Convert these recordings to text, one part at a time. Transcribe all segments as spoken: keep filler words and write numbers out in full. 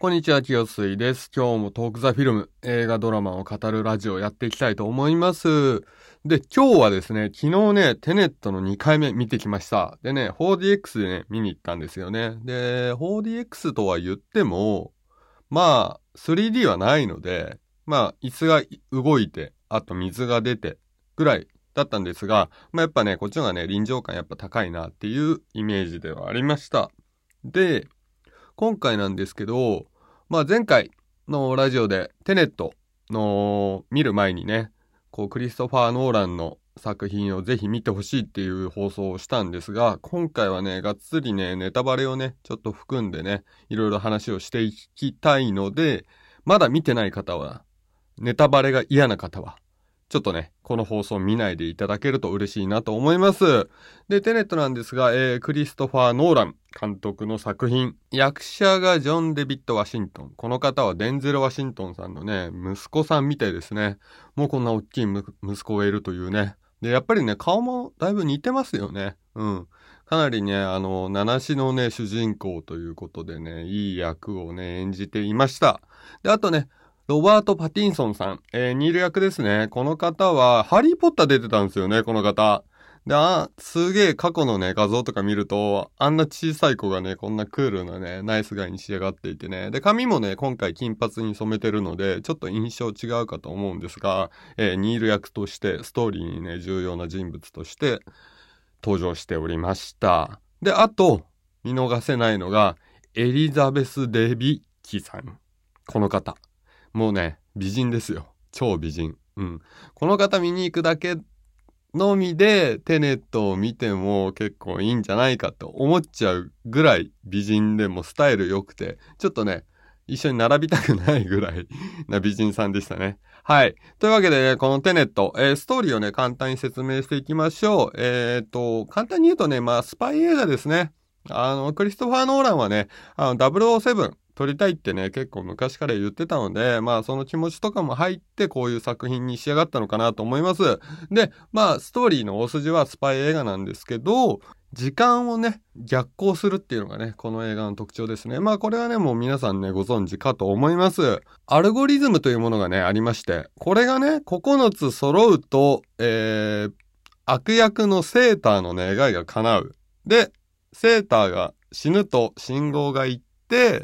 こんにちは、清水です。今日もトークザフィルム、映画ドラマを語るラジオをやっていきたいと思います。で、今日はですね、昨日ね、テネットのにかいめ見てきました。でね、フォーディーエックス でね、見に行ったんですよね。で、フォーディーエックス とは言っても、まあ、スリーディー はないので、まあ、椅子が動いて、あと水が出て、ぐらいだったんですが、まあやっぱね、こっちの方がね、臨場感やっぱ高いなっていうイメージではありました。で、今回なんですけど、まあ前回のラジオでテネットの見る前にね、こうクリストファー・ノーランの作品をぜひ見てほしいっていう放送をしたんですが、今回はね、がっつりね、ネタバレをね、ちょっと含んでね、いろいろ話をしていきたいので、まだ見てない方は、ネタバレが嫌な方は、ちょっとね、この放送見ないでいただけると嬉しいなと思います。で、テネットなんですが、えー、クリストファー・ノーラン監督の作品。役者がジョン・デビッド・ワシントン。この方はデンゼル・ワシントンさんのね、息子さんみたいですね。もうこんな大きい息子がいるというね。で、やっぱりね、顔もだいぶ似てますよね。うん。かなりね、あの、七種のね、主人公ということでね、いい役をね、演じていました。で、あとね、ロバート・パティンソンさん、えー、ニール役ですね。この方は、ハリー・ポッター出てたんですよね、この方。で、あ、すげえ過去のね、画像とか見ると、あんな小さい子がね、こんなクールなね、ナイスガイに仕上がっていてね。で、髪もね、今回金髪に染めてるので、ちょっと印象違うかと思うんですが、えー、ニール役として、ストーリーにね、重要な人物として登場しておりました。で、あと、見逃せないのが、エリザベス・デビキさん。この方。もうね、美人ですよ。超美人。うん。この方見に行くだけのみでテネットを見ても結構いいんじゃないかと思っちゃうぐらい美人でもスタイル良くて、ちょっとね、一緒に並びたくないぐらいな美人さんでしたね。はい。というわけでね、このテネット、えー、ストーリーをね、簡単に説明していきましょう。えっと、簡単に言うとね、まあ、スパイ映画ですね。あの、クリストファー・ノーランはね、あの、ダブルオーセブン、撮りたいってね、結構昔から言ってたので、まあその気持ちとかも入ってこういう作品に仕上がったのかなと思います。で、まあストーリーの大筋はスパイ映画なんですけど、時間をね、逆行するっていうのがね、この映画の特徴ですね。まあこれはね、もう皆さんね、ご存知かと思います。アルゴリズムというものがね、ありまして、これがね、ここのつ揃うと、えー、悪役のセーターのね、願いが叶う。で、セーターが死ぬと信号がいって、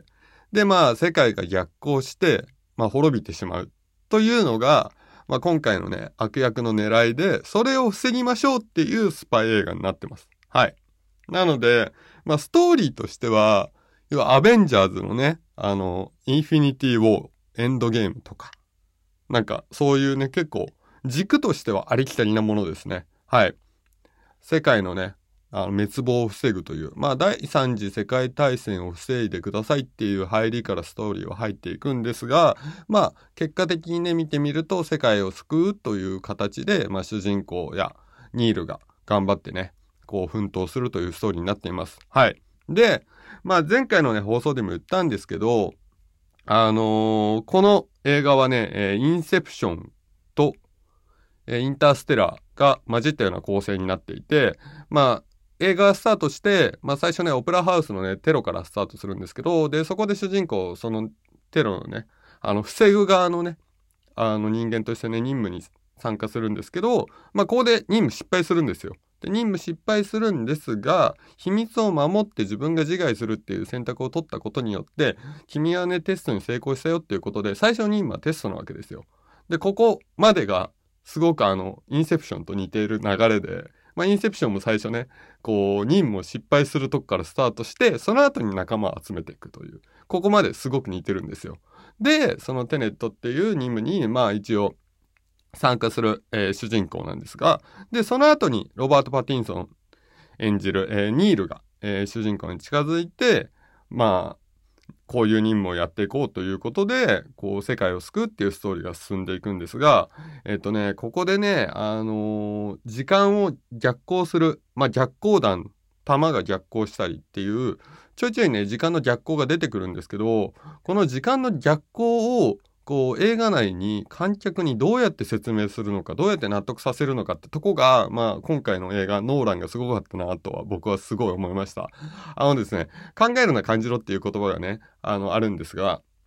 で、まあ、世界が逆行して、まあ、滅びてしまう。というのが、まあ、今回のね、悪役の狙いで、それを防ぎましょうっていうスパイ映画になってます。はい。なので、まあ、ストーリーとしては、要は、アベンジャーズのね、あの、インフィニティ・ウォー、エンドゲームとか、なんか、そういうね、結構、軸としてはありきたりなものですね。はい。世界のね、あの滅亡を防ぐという、まあ第三次世界大戦を防いでくださいっていう入りからストーリーは入っていくんですが、まあ結果的にね見てみると世界を救うという形で、まあ主人公やニールが頑張ってね、こう奮闘するというストーリーになっています。はい。で、まあ前回のね放送でも言ったんですけど、あのー、この映画はね、えー、インセプションと、えー、インターステラーが混じったような構成になっていて、まあ映画がスタートして、まあ最初ね、オペラハウスのね、テロからスタートするんですけど、で、そこで主人公、そのテロのね、あの、防ぐ側のね、あの人間としてね、任務に参加するんですけど、まあここで任務失敗するんですよ。で、任務失敗するんですが、秘密を守って自分が自害するっていう選択を取ったことによって、君はね、テストに成功したよっていうことで、最初の任務はテストなわけですよ。で、ここまでが、すごくあの、インセプションと似ている流れで、まあ、インセプションも最初ね、こう、任務を失敗するとこからスタートして、その後に仲間を集めていくという、ここまですごく似てるんですよ。で、そのテネットっていう任務に、まあ一応、参加する、えー、主人公なんですが、で、その後にロバート・パティンソン演じる、えー、ニールが、えー、主人公に近づいて、まあ、こういう任務をやっていこうということで、こう、世界を救うっていうストーリーが進んでいくんですが、えっとね、ここでね、あのー時間を逆行する、まあ、逆行弾、弾が逆行したりっていう、ちょいちょいね、時間の逆行が出てくるんですけど、この時間の逆行を、こう、映画内に観客にどうやって説明するのか、どうやって納得させるのかってとこが、まあ、今回の映画、ノーランがすごかったなとは、僕はすごい思いました。あのですね、考えるな感じろっていう言葉がね、あの、あるんですが、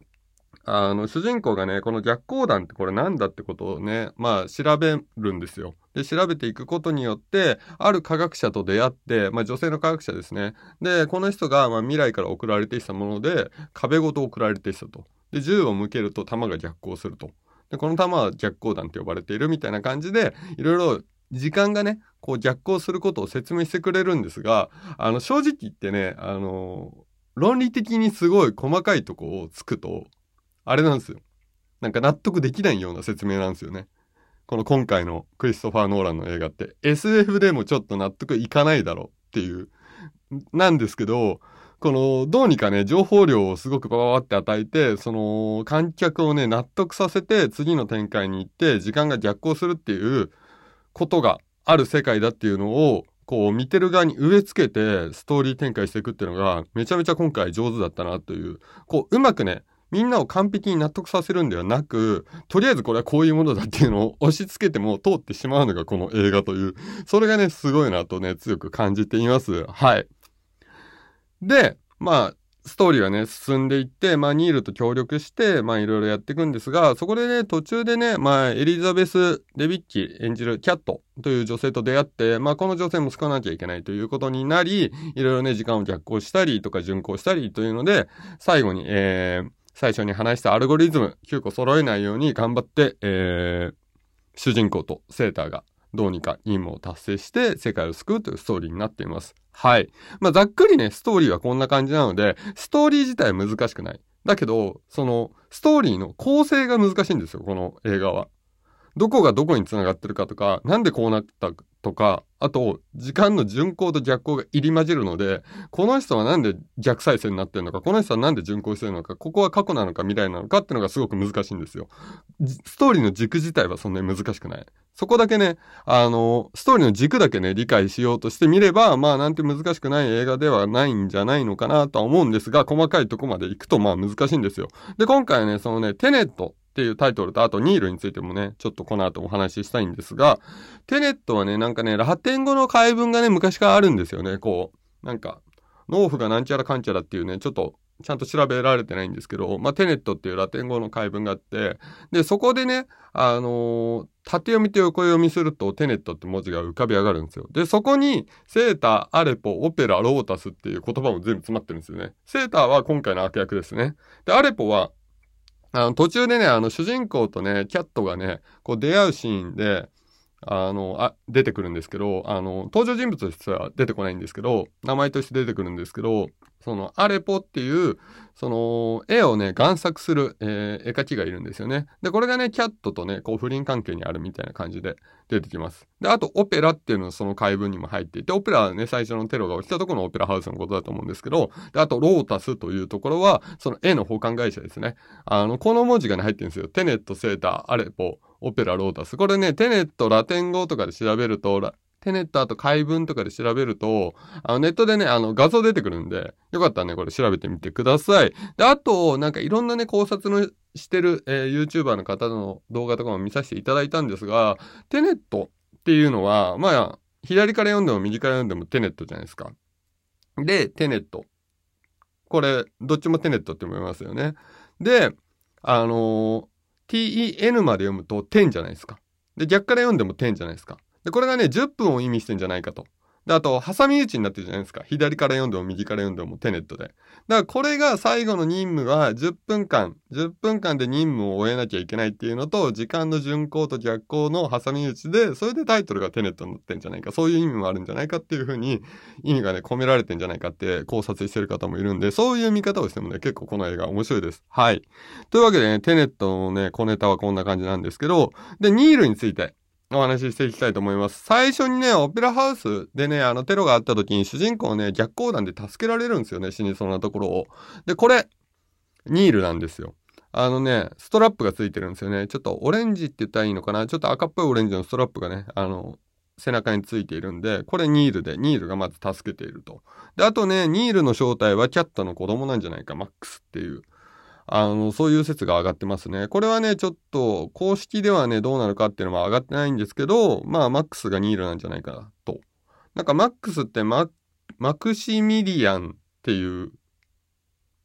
あの、主人公がね、この逆光弾ってこれなんだってことをね、まあ調べるんですよ。で、調べていくことによって、ある科学者と出会って、まあ女性の科学者ですね。で、この人が、まあ未来から送られてきたもので、壁ごと送られてきたと。で、銃を向けると弾が逆光すると。で、この弾は逆光弾って呼ばれているみたいな感じで、いろいろ時間がね、こう逆光することを説明してくれるんですが、あの、正直言ってね、あの、論理的にすごい細かいとこをつくと、あれなんですよ。なんか納得できないような説明なんですよね。この今回のクリストファー・ノーランの映画って エスエフ でもちょっと納得いかないだろうっていう。なんですけど、このどうにかね、情報量をすごくバババって与えて、その観客をね、納得させて次の展開に行って時間が逆行するっていうことがある世界だっていうのを、こう見てる側に植え付けてストーリー展開していくっていうのがめちゃめちゃ今回上手だったなという、こううまくね、みんなを完璧に納得させるんではなく、とりあえずこれはこういうものだっていうのを押し付けても通ってしまうのがこの映画という、それがね、すごいなとね、強く感じています。はい。で、まあ、ストーリーはね、進んでいって、まあ、ニールと協力して、まあ、いろいろやっていくんですが、そこでね、途中でね、まあ、エリザベス・デビッキ演じるキャットという女性と出会って、まあ、この女性も救わなきゃいけないということになり、いろいろね、時間を逆行したりとか順行したりというので、最後に、えー、最初に話したアルゴリズムきゅうこ揃えないように頑張って、えー、主人公とセーターがどうにか任務を達成して世界を救うというストーリーになっています。はい。まあ、ざっくりね、ストーリーはこんな感じなので、ストーリー自体は難しくない。だけど、その、ストーリーの構成が難しいんですよ、この映画は。どこがどこに繋がってるかとか、なんでこうなったとか、あと、時間の順行と逆行が入り混じるので、この人はなんで逆再生になってるのか、この人はなんで順行してるのか、ここは過去なのか未来なのかっていうのがすごく難しいんですよ。ストーリーの軸自体はそんなに難しくない。そこだけね、あの、ストーリーの軸だけね、理解しようとしてみれば、まあなんて難しくない映画ではないんじゃないのかなとは思うんですが、細かいとこまで行くとまあ難しいんですよ。で、今回はね、そのね、テネットっていうタイトルと、あとニールについてもね、ちょっとこの後お話ししたいんですが、テネットはね、なんかね、ラテン語の解文がね、昔からあるんですよね。こう、なんか、農夫がなんちゃらかんちゃらっていうね、ちょっと、ちゃんと調べられてないんですけど、まあ、テネットっていうラテン語の解文があって、で、そこでね、あのー、縦読みと横読みするとテネットって文字が浮かび上がるんですよ。で、そこに、セーター、アレポ、オペラ、ロータスっていう言葉も全部詰まってるんですよね。セーターは今回の悪役ですね。で、アレポは、あの、途中でね、あの、主人公とね、キャットがね、こう出会うシーンで、あの、あ、出てくるんですけど、あの、登場人物としては出てこないんですけど、名前として出てくるんですけど、その、アレポっていう、その、絵をね、贋作する、えー絵描きがいるんですよね。で、これがね、キャットとね、こう、不倫関係にあるみたいな感じで出てきます。で、あと、オペラっていうのはその解文にも入っていて、オペラはね、最初のテロが起きたところのオペラハウスのことだと思うんですけど、で、あと、ロータスというところは、その絵の保管会社ですね。あの、この文字がね、入ってるんですよ。テネット、セーター、アレポ、オペラ、ロータス。これね、テネット、ラテン語とかで調べると、テネットあと解文とかで調べると、あのネットでね、あの画像出てくるんで、よかったらね、これ調べてみてください。で、あと、なんかいろんなね、考察のしてる、えー、YouTuber の方の動画とかも見させていただいたんですが、テネットっていうのは、まあ、左から読んでも右から読んでもテネットじゃないですか。で、テネット。これ、どっちもテネットって思いますよね。で、あのー、ten まで読むとテンじゃないですか。で、逆から読んでもテンじゃないですか。で、これがね、じゅっぷんを意味してんじゃないかと。で、あと、挟み撃ちになってるじゃないですか。左から読んでも右から読んでもテネットで。だからこれが最後の任務はじゅっぷんかん、じゅっぷんかんで任務を終えなきゃいけないっていうのと、時間の順行と逆行の挟み撃ちで、それでタイトルがテネットになってんじゃないか。そういう意味もあるんじゃないかっていう風に、意味がね、込められてんじゃないかって考察してる方もいるんで、そういう見方をしてもね、結構この映画面白いです。はい。というわけでね、テネットのね、小ネタはこんな感じなんですけど、で、ニールについて。お話ししていきたいと思います。最初にね、オペラハウスでね、あのテロがあった時に主人公をね、逆光弾で助けられるんですよね、死にそうなところを。で、これ、ニールなんですよ。あのね、ストラップがついてるんですよね。ちょっとオレンジって言ったらいいのかな。ちょっと赤っぽいオレンジのストラップがね、あの、背中についているんで、これニールで、ニールがまず助けていると。で、あとね、ニールの正体はキャットの子供なんじゃないか、マックスっていう。あの、そういう説が上がってますね。これはね、ちょっと、公式ではね、どうなるかっていうのは上がってないんですけど、まあ、マックスがニールなんじゃないかな、と。なんか、マックスってマ、マクシミリアンっていう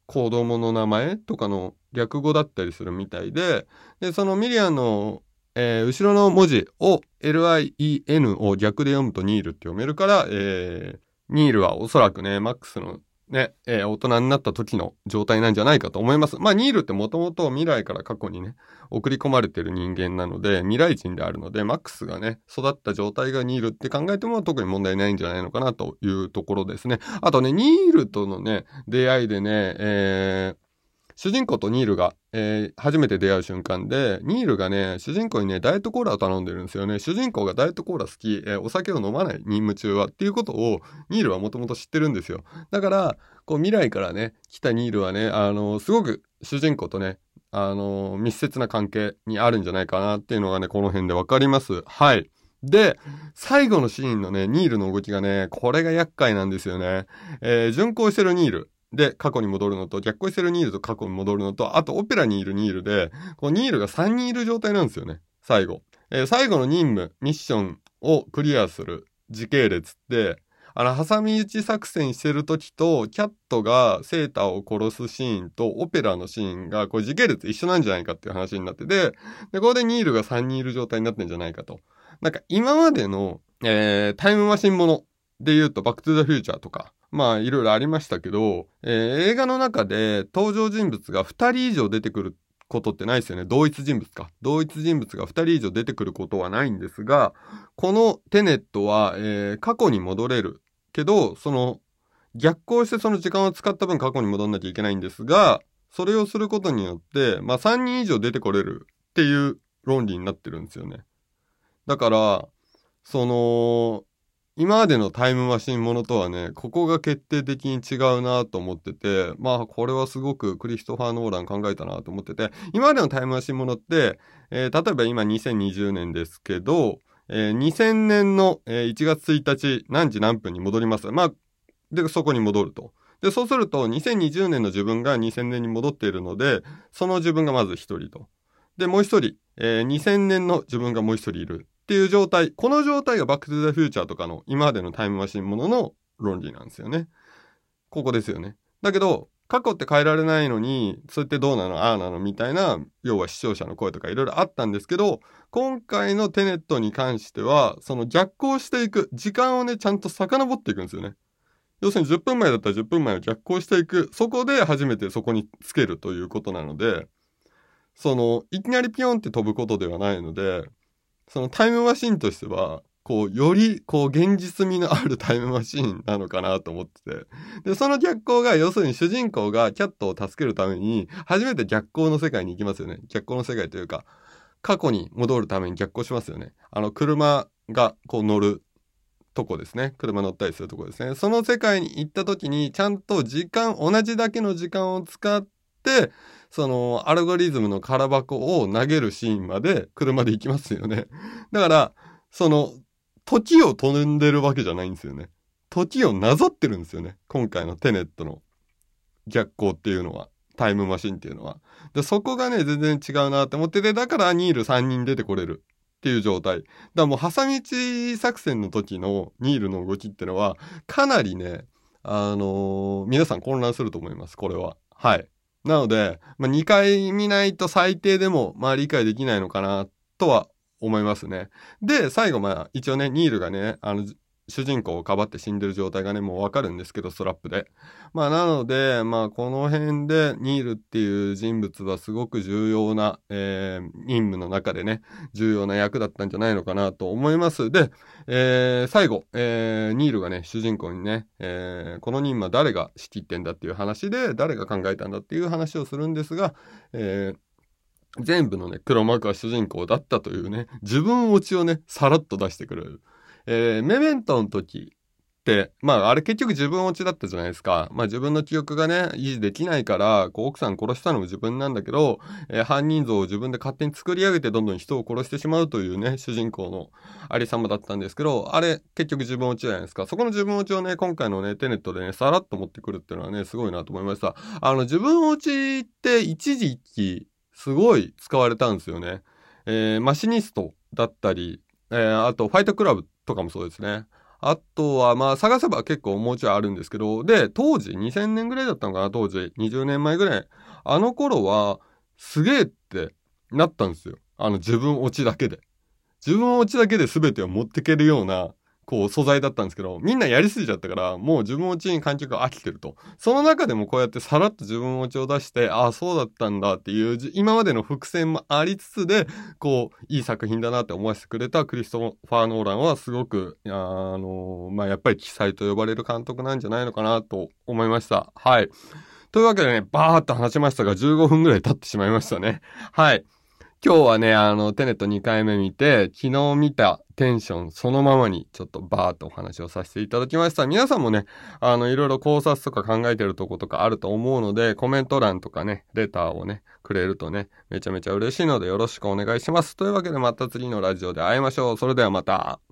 子供の名前とかの略語だったりするみたいで、で、そのミリアンの、えー、後ろの文字を エルアイイーエヌ を逆で読むとニールって読めるから、えー、ニールはおそらくね、マックスのね、えー、大人になった時の状態なんじゃないかと思います。まあ、ニールってもともと未来から過去にね、送り込まれてる人間なので、未来人であるので、マックスがね、育った状態がニールって考えても特に問題ないんじゃないのかなというところですね。あとね、ニールとのね、出会いでね、えー、主人公とニールが、えー、初めて出会う瞬間で、ニールがね、主人公にね、ダイエットコーラを頼んでるんですよね。主人公がダイエットコーラ好き、えー、お酒を飲まない任務中はっていうことを、ニールはもともと知ってるんですよ。だから、こう未来からね、来たニールはね、あのー、すごく主人公とね、あのー、密接な関係にあるんじゃないかなっていうのがね、この辺でわかります。はい。で、最後のシーンのね、ニールの動きがね、これが厄介なんですよね。えー、巡航してるニール。で、過去に戻るのと、逆行してるニールと過去に戻るのと、あとオペラにいるニールで、こうニールがさんにんいる状態なんですよね。最後。えー、最後の任務、ミッションをクリアする時系列って、あの、挟み撃ち作戦してる時と、キャットがセーターを殺すシーンと、オペラのシーンが、こう時系列一緒なんじゃないかっていう話になってて、で、ここでニールがさんにんいる状態になってんじゃないかと。なんか今までの、えー、タイムマシンもので言うと、バックトゥザフューチャーとか、まあいろいろありましたけど、えー、映画の中で登場人物がふたり以上出てくることってないですよね。同一人物か。同一人物がふたり以上出てくることはないんですが、このテネットは、えー、過去に戻れるけど、その逆行してその時間を使った分過去に戻んなきゃいけないんですが、それをすることによって、まあさんにん以上出てこれるっていう論理になってるんですよね。だから、その、今までのタイムマシンものとはね、ここが決定的に違うなと思ってて、まあこれはすごくクリストファー・ノーラン考えたなと思ってて、今までのタイムマシンものって、えー、例えば今にせんにじゅうねんですけど、えー、にせんねんの、えー、いちがつついたち何時何分に戻ります。まあ、で、そこに戻ると。で、そうするとにせんにじゅうねんの自分がにせんねんに戻っているので、その自分がまずひとりと。で、もうひとり、えー、にせんねんの自分がもうひとりいる。っていう状態。この状態がバックトゥザフューチャーとかの今までのタイムマシンものの論理なんですよね。ここですよね。だけど、過去って変えられないのに、それってどうなのああなのみたいな、要は視聴者の声とかいろいろあったんですけど、今回のテネットに関しては、その逆行していく、時間をね、ちゃんと遡っていくんですよね。要するにじゅっぷんまえだったらじゅっぷんまえを逆行していく。そこで初めてそこにつけるということなので、その、いきなりピヨンって飛ぶことではないので、そのタイムマシンとしては、こう、より、こう、現実味のあるタイムマシンなのかなと思ってて。で、その逆行が、要するに主人公がキャットを助けるために、初めて逆行の世界に行きますよね。逆行の世界というか、過去に戻るために逆行しますよね。あの、車が、こう、乗るとこですね。車乗ったりするとこですね。その世界に行った時に、ちゃんと時間、同じだけの時間を使って、そのアルゴリズムの空箱を投げるシーンまで車で行きますよね。だから、その、時を飛んでるわけじゃないんですよね。時をなぞってるんですよね。今回のテネットの逆行っていうのは。タイムマシンっていうのは。で、そこがね、全然違うなって思ってて、だからニールさんにん出てこれるっていう状態。だからもう、挟み撃ち作戦の時のニールの動きってのは、かなりね、あのー、皆さん混乱すると思います、これは。はい。なので、まあ、にかい見ないと最低でも、まあ理解できないのかな、とは思いますね。で、最後、まあ一応ね、ニールがね、あの、主人公をかばって死んでる状態がね、もうわかるんですけど、ストラップで。まあなので、まあこの辺でニールっていう人物はすごく重要な、えー、任務の中でね、重要な役だったんじゃないのかなと思います。で、えー、最後、えー、ニールがね、主人公にね、えー、この任務は誰が仕切ってんだっていう話で、誰が考えたんだっていう話をするんですが、えー、全部のね、黒幕は主人公だったというね、自分落ちをね、さらっと出してくれる。えー、メメントの時って、まああれ結局自分落ちだったじゃないですか。まあ自分の記憶がね、維持できないから、こう奥さん殺したのも自分なんだけど、えー、犯人像を自分で勝手に作り上げてどんどん人を殺してしまうというね、主人公のありさまだったんですけど、あれ結局自分落ちじゃないですか。そこの自分落ちをね、今回のね、テネットでね、さらっと持ってくるっていうのはね、すごいなと思いました。あの自分落ちって一時期すごい使われたんですよね。えー、マシニストだったり、えー、あとファイトクラブとかもそうですね。 あとは、まあ、探せば結構もうちょいあるんですけど、で、当時、にせんねんぐらいだったのかな、当時、にじゅうねんまえぐらい。あの頃は、すげえってなったんですよ。あの、自分落ちだけで。自分落ちだけで全てを持ってけるような、こう、素材だったんですけど、みんなやりすぎちゃったから、もう自分落ちに観客が飽きてると。その中でもこうやってさらっと自分落ちを出して、ああ、そうだったんだっていう、今までの伏線もありつつで、こう、いい作品だなって思わせてくれたクリストファー・ノーランはすごく、あの、まあ、やっぱり奇才と呼ばれる監督なんじゃないのかなと思いました。はい。というわけでね、バーっと話しましたが、じゅうごふんぐらい経ってしまいましたね。はい。今日はね、あの、テネットにかいめ見て、昨日見たテンションそのままにちょっとバーっとお話をさせていただきました。皆さんもね、あの、いろいろ考察とか考えてるとことかあると思うので、コメント欄とかね、レターをね、くれるとね、めちゃめちゃ嬉しいのでよろしくお願いします。というわけでまた次のラジオで会いましょう。それではまた。